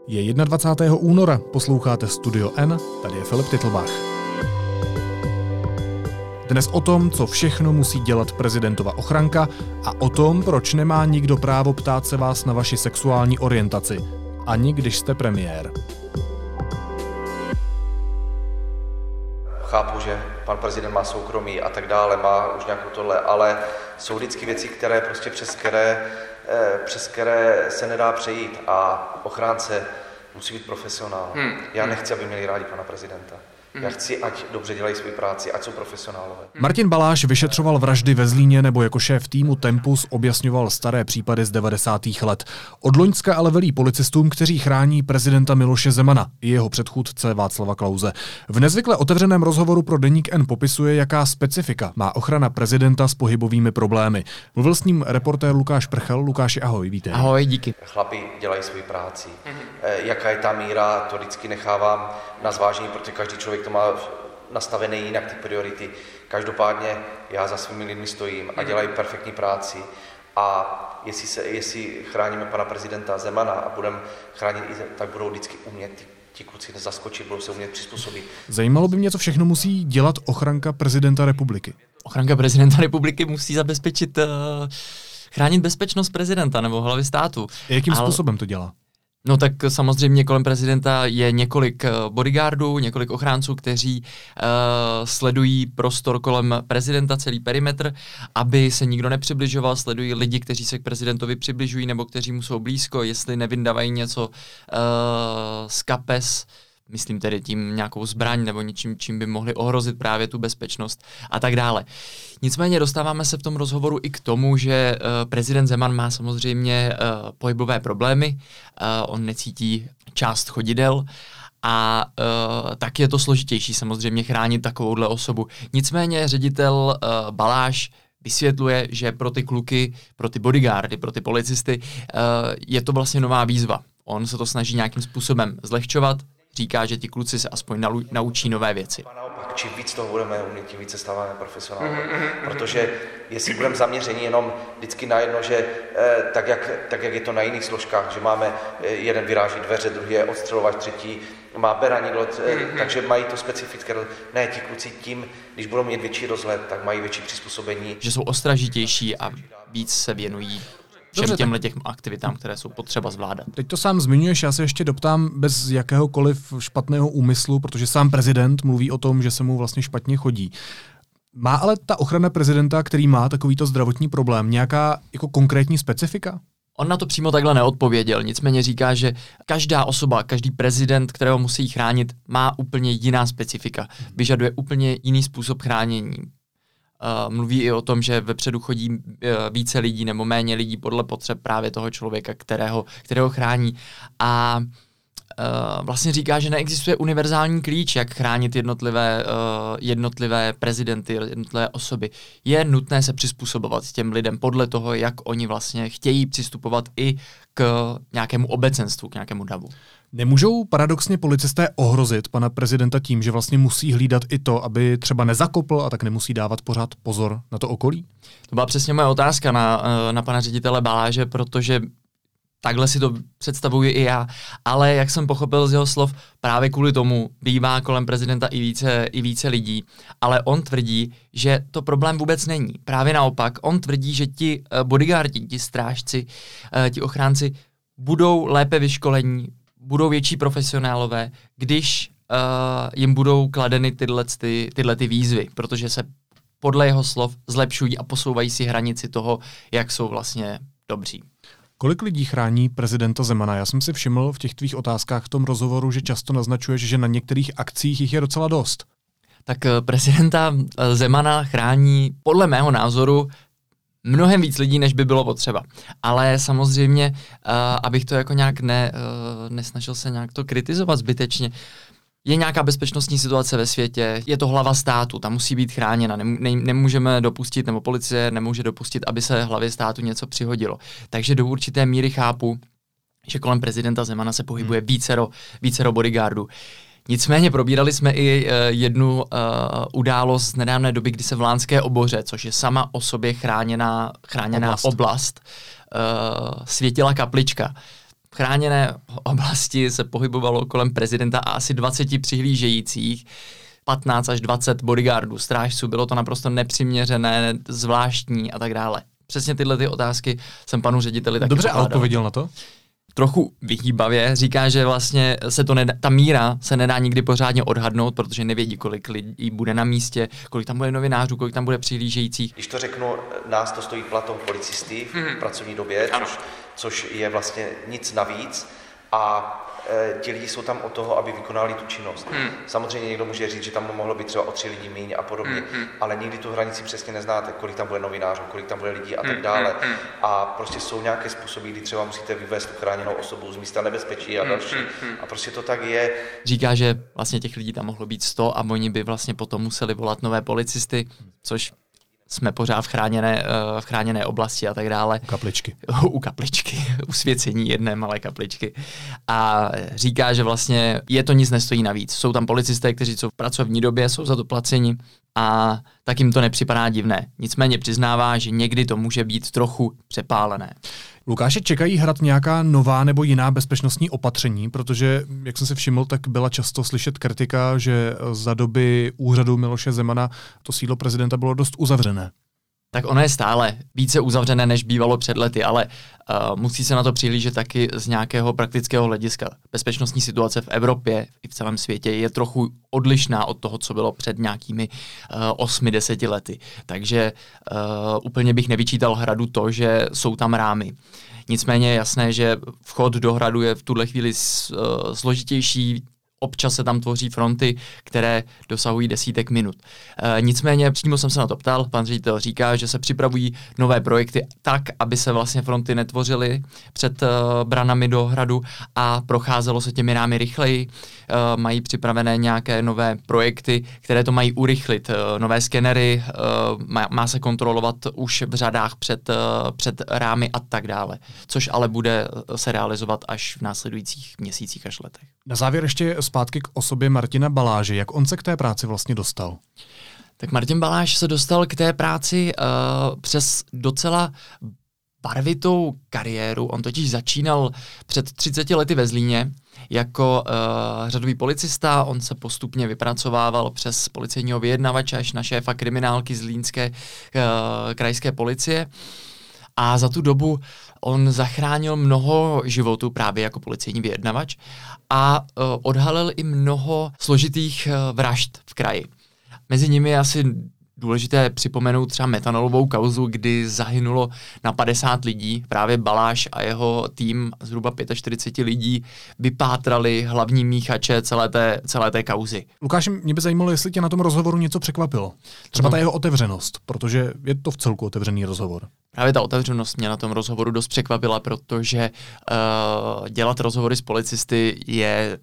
Je 21. února, posloucháte Studio N, tady je Filip Titlbach. Dnes o tom, co všechno musí dělat prezidentova ochranka a o tom, proč nemá nikdo právo ptát se vás na vaši sexuální orientaci, ani když jste premiér. Chápu, že pan prezident má soukromí a tak dále, má už nějakou tohle, ale jsou vždycky věci, které prostě přes které se nedá přejít a ochránce musí být profesionál. Já nechci, aby měli rádi pana prezidenta. Já chci, ať dobře dělají svou práci, ať jsou profesionálové. Martin Baláš vyšetřoval vraždy ve Zlíně nebo jako šéf týmu Tempus objasňoval staré případy z 90. let. Od loňska ale velí policistům, kteří chrání prezidenta Miloše Zemana i jeho předchůdce Václava Klause. V nezvykle otevřeném rozhovoru pro Deník N popisuje, jaká specifika má ochrana prezidenta s pohybovými problémy. Mluvil s ním reportér Lukáš Prchel. Lukáši, ahoj, vítej. Ahoj, díky. Chlapi dělají svou práci. Jaká je ta míra, to vždycky nechávám na zvážení, protože každý člověk to má nastavené jinak, ty priority. Každopádně já za svými lidmi stojím a dělají perfektní práci. A jestli chráníme pana prezidenta Zemana a budeme chránit, tak budou vždycky umět ti kluci zaskočit, budou se umět přizpůsobit. Zajímalo by mě, co všechno musí dělat ochranka prezidenta republiky. Ochranka prezidenta republiky musí zabezpečit, chránit bezpečnost prezidenta nebo hlavy státu. Jakým způsobem to dělá? No tak samozřejmě kolem prezidenta je několik bodyguardů, několik ochránců, kteří sledují prostor kolem prezidenta, celý perimetr, aby se nikdo nepřibližoval, sledují lidi, kteří se k prezidentovi přibližují nebo kteří mu jsou blízko, jestli nevyndávají něco z kapes, myslím tedy tím nějakou zbraň nebo něčím, čím by mohli ohrozit právě tu bezpečnost a tak dále. Nicméně dostáváme se v tom rozhovoru i k tomu, že prezident Zeman má samozřejmě pohybové problémy, on necítí část chodidel a tak je to složitější samozřejmě chránit takovouhle osobu. Nicméně ředitel Baláš vysvětluje, že pro ty kluky, pro ty bodyguardy, pro ty policisty je to vlastně nová výzva. On se to snaží nějakým způsobem zlehčovat, říká, že ti kluci se aspoň naučí nové věci. A naopak, čím víc toho budeme umět, tím víc se stáváme profesionálně. Protože jestli budeme zaměření jenom vždycky na jedno, že tak jak je to na jiných složkách, že máme jeden vyráží dveře, druhý je odstřelovač, třetí má beranidlo, takže mají to specifické. Ne, ti kluci tím, když budou mít větší rozhled, tak mají větší přizpůsobení. Že jsou ostražitější a víc se věnují všem těmhle těch aktivitám, které jsou potřeba zvládat. Teď to sám zmiňuješ, já se ještě doptám bez jakéhokoliv špatného úmyslu, protože sám prezident mluví o tom, že se mu vlastně špatně chodí. Má ale ta ochrana prezidenta, který má takovýto zdravotní problém, nějaká jako konkrétní specifika? On na to přímo takhle neodpověděl, nicméně říká, že každá osoba, každý prezident, kterého musí chránit, má úplně jiná specifika. Vyžaduje úplně jiný způsob chránění. Mluví i o tom, že vepředu chodí více lidí nebo méně lidí podle potřeb právě toho člověka, kterého chrání. A vlastně říká, že neexistuje univerzální klíč, jak chránit jednotlivé prezidenty, jednotlivé osoby. Je nutné se přizpůsobovat těm lidem podle toho, jak oni vlastně chtějí přistupovat i k nějakému obecenstvu, k nějakému davu. Nemůžou paradoxně policisté ohrozit pana prezidenta tím, že vlastně musí hlídat i to, aby třeba nezakopl a tak nemusí dávat pořád pozor na to okolí? To byla přesně moje otázka na pana ředitele Baláže, protože takhle si to představuji i já, ale jak jsem pochopil z jeho slov, právě kvůli tomu bývá kolem prezidenta i více lidí, ale on tvrdí, že to problém vůbec není. Právě naopak, on tvrdí, že ti bodyguardi, ti strážci, ti ochránci budou lépe vyškolení, budou větší profesionálové, když jim budou kladeny tyhle výzvy, protože se podle jeho slov zlepšují a posouvají si hranici toho, jak jsou vlastně dobří. Kolik lidí chrání prezidenta Zemana? Já jsem si všiml v těch tvých otázkách v tom rozhovoru, že často naznačuješ, že na některých akcích jich je docela dost. Tak prezidenta Zemana chrání podle mého názoru mnohem víc lidí, než by bylo potřeba. Ale samozřejmě, abych to jako nějak nesnažil se nějak to kritizovat zbytečně, je nějaká bezpečnostní situace ve světě, je to hlava státu, ta musí být chráněna, nemůžeme dopustit, nebo policie nemůže dopustit, aby se hlavě státu něco přihodilo. Takže do určité míry chápu, že kolem prezidenta Zemana se pohybuje vícero bodyguardů. Nicméně probírali jsme i jednu událost z nedávné doby, kdy se v Lánské Oboře, což je sama o sobě chráněná oblast, světila kaplička. V chráněné oblasti se pohybovalo kolem prezidenta a asi 20 přihlížejících, 15 až 20 bodyguardů, strážců, bylo to naprosto nepřiměřené, zvláštní a tak dále. Přesně tyhle ty otázky jsem panu řediteli taky Dobře, pokládal. a odpověděl na to? Trochu vyhýbavě, říká, že vlastně se to ta míra se nedá nikdy pořádně odhadnout, protože nevědí, kolik lidí bude na místě, kolik tam bude novinářů, kolik tam bude přihlížejících. Když to řeknu, nás to stojí platou policisty v pracovní době, což je vlastně nic navíc a ti lidi jsou tam od toho, aby vykonali tu činnost. Samozřejmě někdo může říct, že tam mohlo být třeba o 3 lidi míň a podobně, ale nikdy tu hranici přesně neznáte, kolik tam bude novinářů, kolik tam bude lidí a tak dále. A prostě jsou nějaké způsoby, kdy třeba musíte vyvést tu chráněnou osobu z místa nebezpečí a další. A prostě to tak je. Říká, že vlastně těch lidí tam mohlo být 100 a oni by vlastně potom museli volat nové policisty, což jsme pořád v chráněné oblasti a tak dále. U kapličky. U svěcení jedné malé kapličky. A říká, že vlastně je to nic nestojí navíc. Jsou tam policisté, kteří jsou v pracovní době, jsou za to placeni a tak jim to nepřipadá divné. Nicméně přiznává, že někdy to může být trochu přepálené. Lukáše, čekají Hrad nějaká nová nebo jiná bezpečnostní opatření, protože, jak jsem si všiml, tak byla často slyšet kritika, že za doby úřadu Miloše Zemana to sídlo prezidenta bylo dost uzavřené. Tak ono je stále více uzavřené, než bývalo před lety, ale musí se na to přihlížet taky z nějakého praktického hlediska. Bezpečnostní situace v Evropě i v celém světě je trochu odlišná od toho, co bylo před nějakými 8-10 lety. Takže úplně bych nevyčítal Hradu to, že jsou tam rámy. Nicméně je jasné, že vchod do Hradu je v tuhle chvíli složitější. Občas se tam tvoří fronty, které dosahují desítek minut. Nicméně přímo jsem se na to ptal, pan ředitel říká, že se připravují nové projekty tak, aby se vlastně fronty netvořily před branami do Hradu a procházelo se těmi rámy rychleji. Mají připravené nějaké nové projekty, které to mají urychlit. Nové skenery, má se kontrolovat už v řadách před rámy a tak dále. Což ale bude se realizovat až v následujících měsících až letech. Na závěr ještě zpátky k osobě Martina Baláže. Jak on se k té práci vlastně dostal? Tak Martin Baláž se dostal k té práci přes docela barvitou kariéru. On totiž začínal před 30 lety ve Zlíně jako řadový policista. On se postupně vypracovával přes policejního vyjednavače až na šéfa kriminálky zlínské krajské policie. A za tu dobu on zachránil mnoho životů právě jako policejní vyjednavač a odhalil i mnoho složitých vražd v kraji. Mezi nimi je asi důležité připomenout třeba metanolovou kauzu, kdy zahynulo na 50 lidí. Právě Baláž a jeho tým zhruba 45 lidí vypátrali hlavní míchače celé té kauzy. Lukáši, mě by zajímalo, jestli tě na tom rozhovoru něco překvapilo. Třeba ta jeho otevřenost, protože je to v celku otevřený rozhovor. Právě ta otevřenost mě na tom rozhovoru dost překvapila, protože dělat rozhovory s policisty je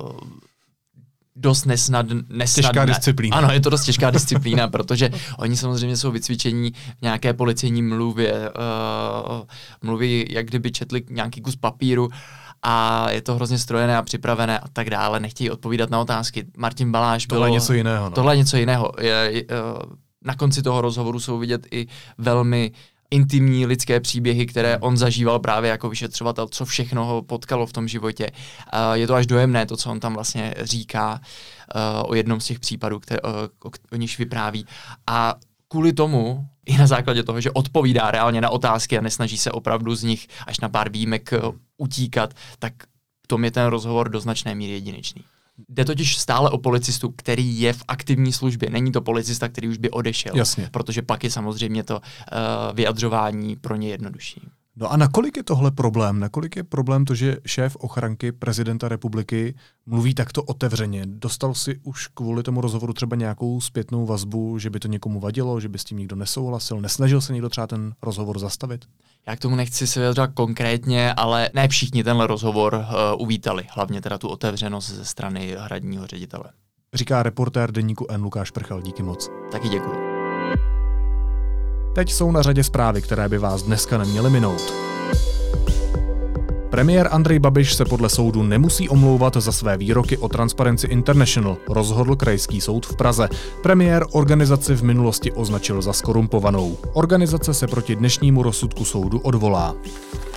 dost nesnadné. Těžká disciplína. Ano, je to dost těžká disciplína, protože oni samozřejmě jsou vycvičení v nějaké policejní mluvě, mluví, jak kdyby četli nějaký kus papíru a je to hrozně strojené a připravené a tak dále, nechtějí odpovídat na otázky. Martin Baláž Tohle je něco jiného. No. Tohle je něco jiného. Na konci toho rozhovoru jsou vidět i velmi intimní lidské příběhy, které on zažíval právě jako vyšetřovatel, co všechno ho potkalo v tom životě. Je to až dojemné, to, co on tam vlastně říká o jednom z těch případů, o nichž vypráví. A kvůli tomu, i na základě toho, že odpovídá reálně na otázky a nesnaží se opravdu z nich až na pár výjimek utíkat, tak v tom je ten rozhovor do značné míry jedinečný. Jde totiž stále o policistu, který je v aktivní službě. Není to policista, který už by odešel. Jasně. Protože pak je samozřejmě to vyjadřování pro ně jednodušší. No a nakolik je tohle problém? Nakolik je problém to, že šéf ochranky prezidenta republiky mluví takto otevřeně? Dostal si už kvůli tomu rozhovoru třeba nějakou zpětnou vazbu, že by to někomu vadilo, že by s tím nikdo nesouhlasil? Nesnažil se někdo třeba ten rozhovor zastavit? Já k tomu nechci se vyjadřovat konkrétně, ale ne všichni tenhle rozhovor uvítali. Hlavně teda tu otevřenost ze strany hradního ředitele. Říká reportér deníku N Lukáš Prchal. Díky moc. Taky děkuji. Teď jsou na řadě zprávy, které by vás dneska neměly minout. Premiér Andrej Babiš se podle soudu nemusí omlouvat za své výroky o Transparency International, rozhodl Krajský soud v Praze. Premiér organizaci v minulosti označil za zkorumpovanou. Organizace se proti dnešnímu rozsudku soudu odvolá.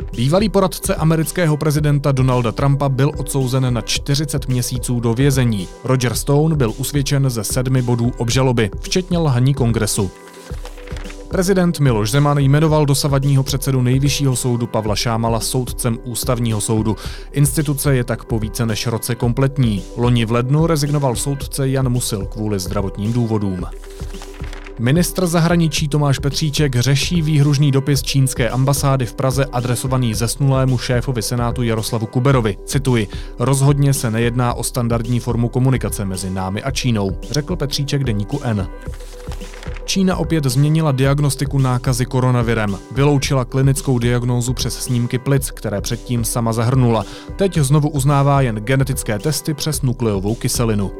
Bývalý poradce amerického prezidenta Donalda Trumpa byl odsouzen na 40 měsíců do vězení. Roger Stone byl usvědčen ze 7 bodů obžaloby, včetně lhaní kongresu. Prezident Miloš Zeman jmenoval dosavadního předsedu Nejvyššího soudu Pavla Šámala soudcem Ústavního soudu. Instituce je tak po více než roce kompletní. Loni v lednu rezignoval soudce Jan Musil kvůli zdravotním důvodům. Ministr zahraničí Tomáš Petříček řeší výhružný dopis čínské ambasády v Praze adresovaný zesnulému šéfovi Senátu Jaroslavu Kuberovi. Cituji: rozhodně se nejedná o standardní formu komunikace mezi námi a Čínou, řekl Petříček deníku N. Čína opět změnila diagnostiku nákazy koronavirem. Vyloučila klinickou diagnózu přes snímky plic, které předtím sama zahrnula. Teď znovu uznává jen genetické testy přes nukleovou kyselinu.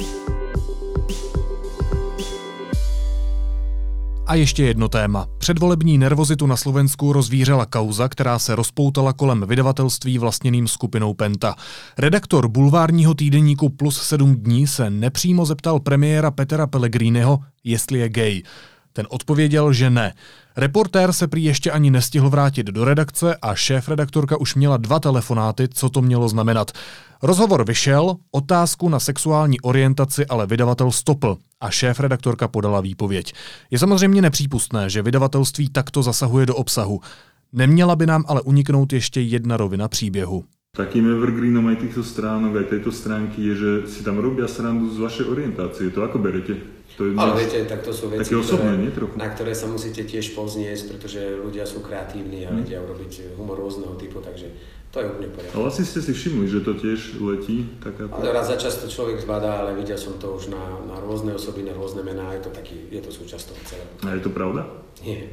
A ještě jedno téma. Předvolební nervozitu na Slovensku rozvířela kauza, která se rozpoutala kolem vydavatelství vlastněným skupinou Penta. Redaktor bulvárního týdeníku Plus 7 dní se nepřímo zeptal premiéra Petera Pellegriniho, jestli je gay. Ten odpověděl, že ne. Reportér se prý ještě ani nestihl vrátit do redakce a šéfredaktorka už měla 2 telefonáty, co to mělo znamenat. Rozhovor vyšel, otázku na sexuální orientaci ale vydavatel stopl a šéfredaktorka podala výpověď. Je samozřejmě nepřípustné, že vydavatelství takto zasahuje do obsahu. Neměla by nám ale uniknout ještě jedna rovina příběhu. Takým evergreenom aj týchto stránok, aj tejto stránky je, že si tam robia srandu z vašej orientácie. To ako berete? To je ale viete, tak to sú veci, osobné, na ktoré sa musíte tiež povzniesť, pretože ľudia sú kreatívni a vedia urobiť humor rôzneho typu, takže to je úplne poriadne. Ale asi ste si všimli, že to tiež letí? Ale raz za čas to človek zbadá, ale videl som to už na rôzne osoby, na rôzne mená, je to súčasť toho celého. A je to pravda? Nie.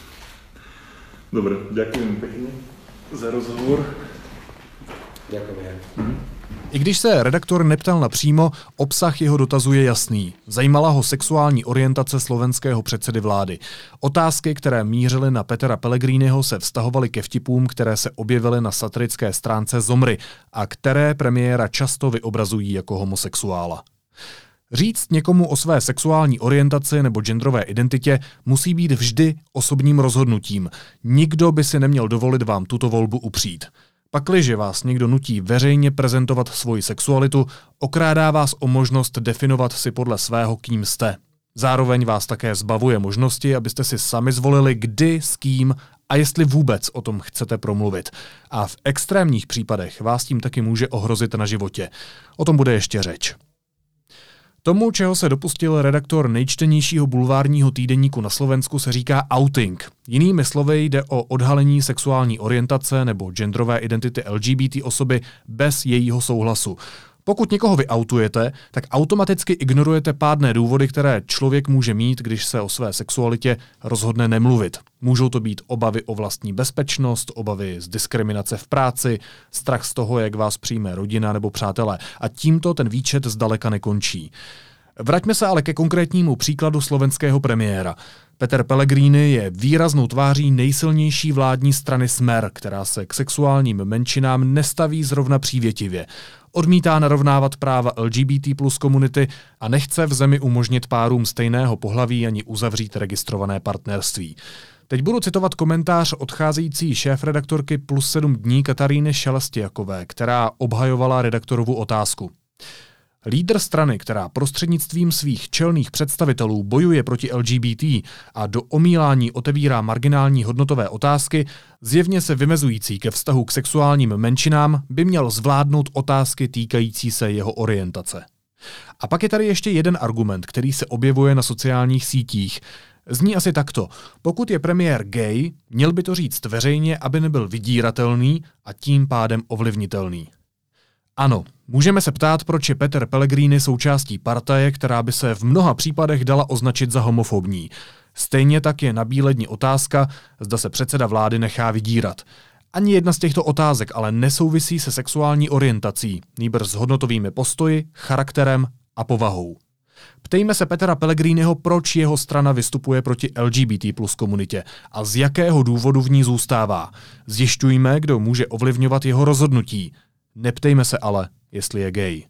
Dobre, ďakujem pekne za rozhovor. Ďakujem. I když se redaktor neptal napřímo, obsah jeho dotazu je jasný. Zajímala ho sexuální orientace slovenského předsedy vlády. Otázky, které mířily na Petera Pellegriniho, se vztahovaly ke vtipům, které se objevily na satirické stránce Zomry a které premiéra často vyobrazují jako homosexuála. Říct někomu o své sexuální orientaci nebo genderové identitě musí být vždy osobním rozhodnutím. Nikdo by si neměl dovolit vám tuto volbu upřít. Pakliže vás někdo nutí veřejně prezentovat svoji sexualitu, okrádá vás o možnost definovat si podle svého, kým jste. Zároveň vás také zbavuje možnosti, abyste si sami zvolili, kdy, s kým a jestli vůbec o tom chcete promluvit. A v extrémních případech vás tím taky může ohrozit na životě. O tom bude ještě řeč. Tomu, čeho se dopustil redaktor nejčtenějšího bulvárního týdeníku na Slovensku, se říká outing. Jinými slovy jde o odhalení sexuální orientace nebo genderové identity LGBT osoby bez jejího souhlasu. Pokud někoho vyautujete, tak automaticky ignorujete pádné důvody, které člověk může mít, když se o své sexualitě rozhodne nemluvit. Můžou to být obavy o vlastní bezpečnost, obavy z diskriminace v práci, strach z toho, jak vás přijme rodina nebo přátelé. A tímto ten výčet zdaleka nekončí. Vraťme se ale ke konkrétnímu příkladu slovenského premiéra. Peter Pellegrini je výraznou tváří nejsilnější vládní strany Smer, která se k sexuálním menšinám nestaví zrovna přívětivě. Odmítá narovnávat práva LGBT plus komunity a nechce v zemi umožnit párům stejného pohlaví ani uzavřít registrované partnerství. Teď budu citovat komentář odcházející šéfredaktorky Plus 7 dní Kataríny Šelestiakové, která obhajovala redaktorovu otázku. Lídr strany, která prostřednictvím svých čelných představitelů bojuje proti LGBT a do omílání otevírá marginální hodnotové otázky, zjevně se vymezující ke vztahu k sexuálním menšinám, by měl zvládnout otázky týkající se jeho orientace. A pak je tady ještě jeden argument, který se objevuje na sociálních sítích. Zní asi takto. Pokud je premiér gay, měl by to říct veřejně, aby nebyl vydíratelný a tím pádem ovlivnitelný. Ano, můžeme se ptát, proč je Peter Pellegrini součástí partaje, která by se v mnoha případech dala označit za homofobní. Stejně tak je nabíledni otázka, zda se předseda vlády nechá vydírat. Ani jedna z těchto otázek ale nesouvisí se sexuální orientací, nýbrž s hodnotovými postoji, charakterem a povahou. Ptejme se Petra Pellegriniho, proč jeho strana vystupuje proti LGBT plus komunitě a z jakého důvodu v ní zůstává. Zjišťujme, kdo může ovlivňovat jeho rozhodnutí. Neptejme se ale, jestli je gay.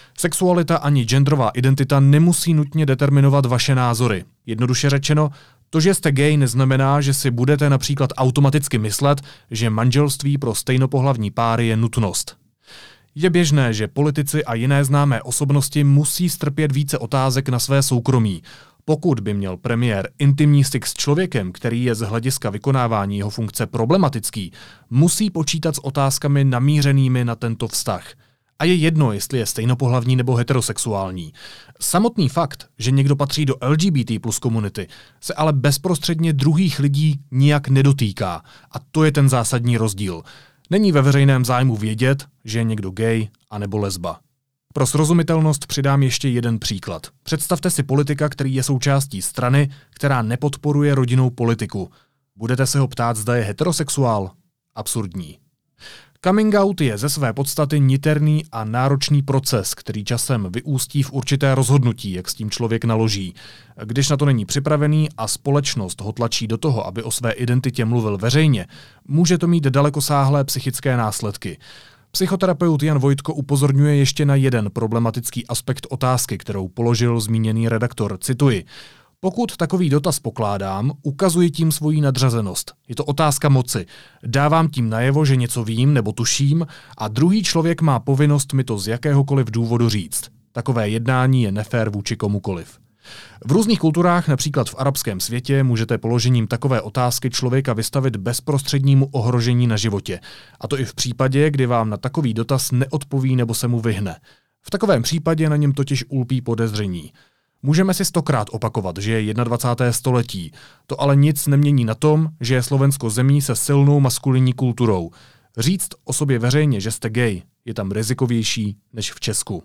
Sexualita ani genderová identita nemusí nutně determinovat vaše názory. Jednoduše řečeno, To, že jste gay, neznamená, že si budete například automaticky myslet, že manželství pro stejnopohlavní páry je nutnost. Je běžné, že politici a jiné známé osobnosti musí strpět více otázek na své soukromí. Pokud by měl premiér intimní styk s člověkem, který je z hlediska vykonávání jeho funkce problematický, musí počítat s otázkami namířenými na tento vztah. A je jedno, jestli je stejnopohlavní nebo heterosexuální. Samotný fakt, že někdo patří do LGBT plus komunity, se ale bezprostředně druhých lidí nijak nedotýká. A to je ten zásadní rozdíl. Není ve veřejném zájmu vědět, že je někdo gay anebo lesba. Pro srozumitelnost přidám ještě jeden příklad. Představte si politika, který je součástí strany, která nepodporuje rodinnou politiku. Budete se ho ptát, zda je heterosexuál? Absurdní. Coming out je ze své podstaty niterný a náročný proces, který časem vyústí v určité rozhodnutí, jak s tím člověk naloží. Když na to není připravený a společnost ho tlačí do toho, aby o své identitě mluvil veřejně, může to mít dalekosáhlé psychické následky. Psychoterapeut Jan Vojtko upozorňuje ještě na jeden problematický aspekt otázky, kterou položil zmíněný redaktor. Cituji. Pokud takový dotaz pokládám, ukazuji tím svoji nadřazenost. Je to otázka moci. Dávám tím najevo, že něco vím nebo tuším a druhý člověk má povinnost mi to z jakéhokoliv důvodu říct. Takové jednání je nefér vůči komukoliv. V různých kulturách, například v arabském světě, můžete položením takové otázky člověka vystavit bezprostřednímu ohrožení na životě. A to i v případě, kdy vám na takový dotaz neodpoví nebo se mu vyhne. V takovém případě na něm totiž ulpí podezření. Můžeme si 100krát opakovat, že je 21. století. To ale nic nemění na tom, že je Slovensko zemí se silnou maskulinní kulturou. Říct o sobě veřejně, že jste gay, je tam rizikovější než v Česku.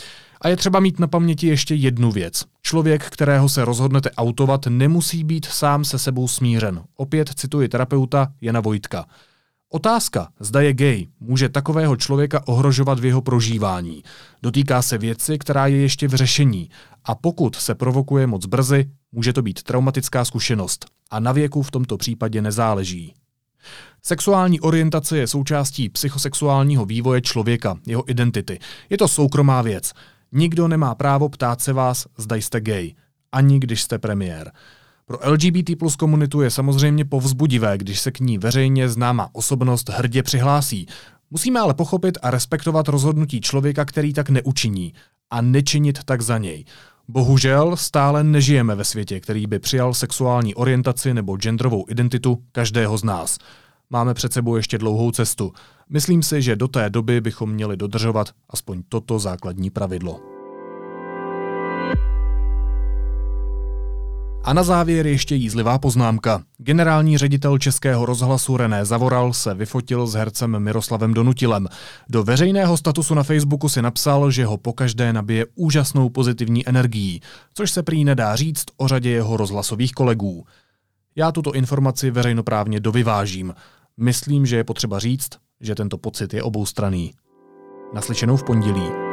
A je třeba mít na paměti ještě jednu věc. Člověk, kterého se rozhodnete outovat, nemusí být sám se sebou smířen. Opět cituji terapeuta Jana Vojtka. Otázka, zda je gay, může takového člověka ohrožovat v jeho prožívání. Dotýká se věci, která je ještě v řešení. A pokud se provokuje moc brzy, může to být traumatická zkušenost. A na věku v tomto případě nezáleží. Sexuální orientace je součástí psychosexuálního vývoje člověka, jeho identity. Je to soukromá věc. Nikdo nemá právo ptát se vás, zda jste gay. Ani když jste premiér. Pro LGBT plus komunitu je samozřejmě povzbudivé, když se k ní veřejně známá osobnost hrdě přihlásí. Musíme ale pochopit a respektovat rozhodnutí člověka, který tak neučiní. A nečinit tak za něj. Bohužel stále nežijeme ve světě, který by přijal sexuální orientaci nebo genderovou identitu každého z nás. Máme před sebou ještě dlouhou cestu. Myslím si, že do té doby bychom měli dodržovat aspoň toto základní pravidlo. A na závěr ještě jízlivá poznámka. Generální ředitel Českého rozhlasu René Zavoral se vyfotil s hercem Miroslavem Donutilem. Do veřejného statusu na Facebooku si napsal, že ho pokaždé nabije úžasnou pozitivní energií, což se prý nedá říct o řadě jeho rozhlasových kolegů. Já tuto informaci veřejnoprávně dovyvážím. Myslím, že je potřeba říct, že tento pocit je oboustranný. Naslyšenou v pondělí.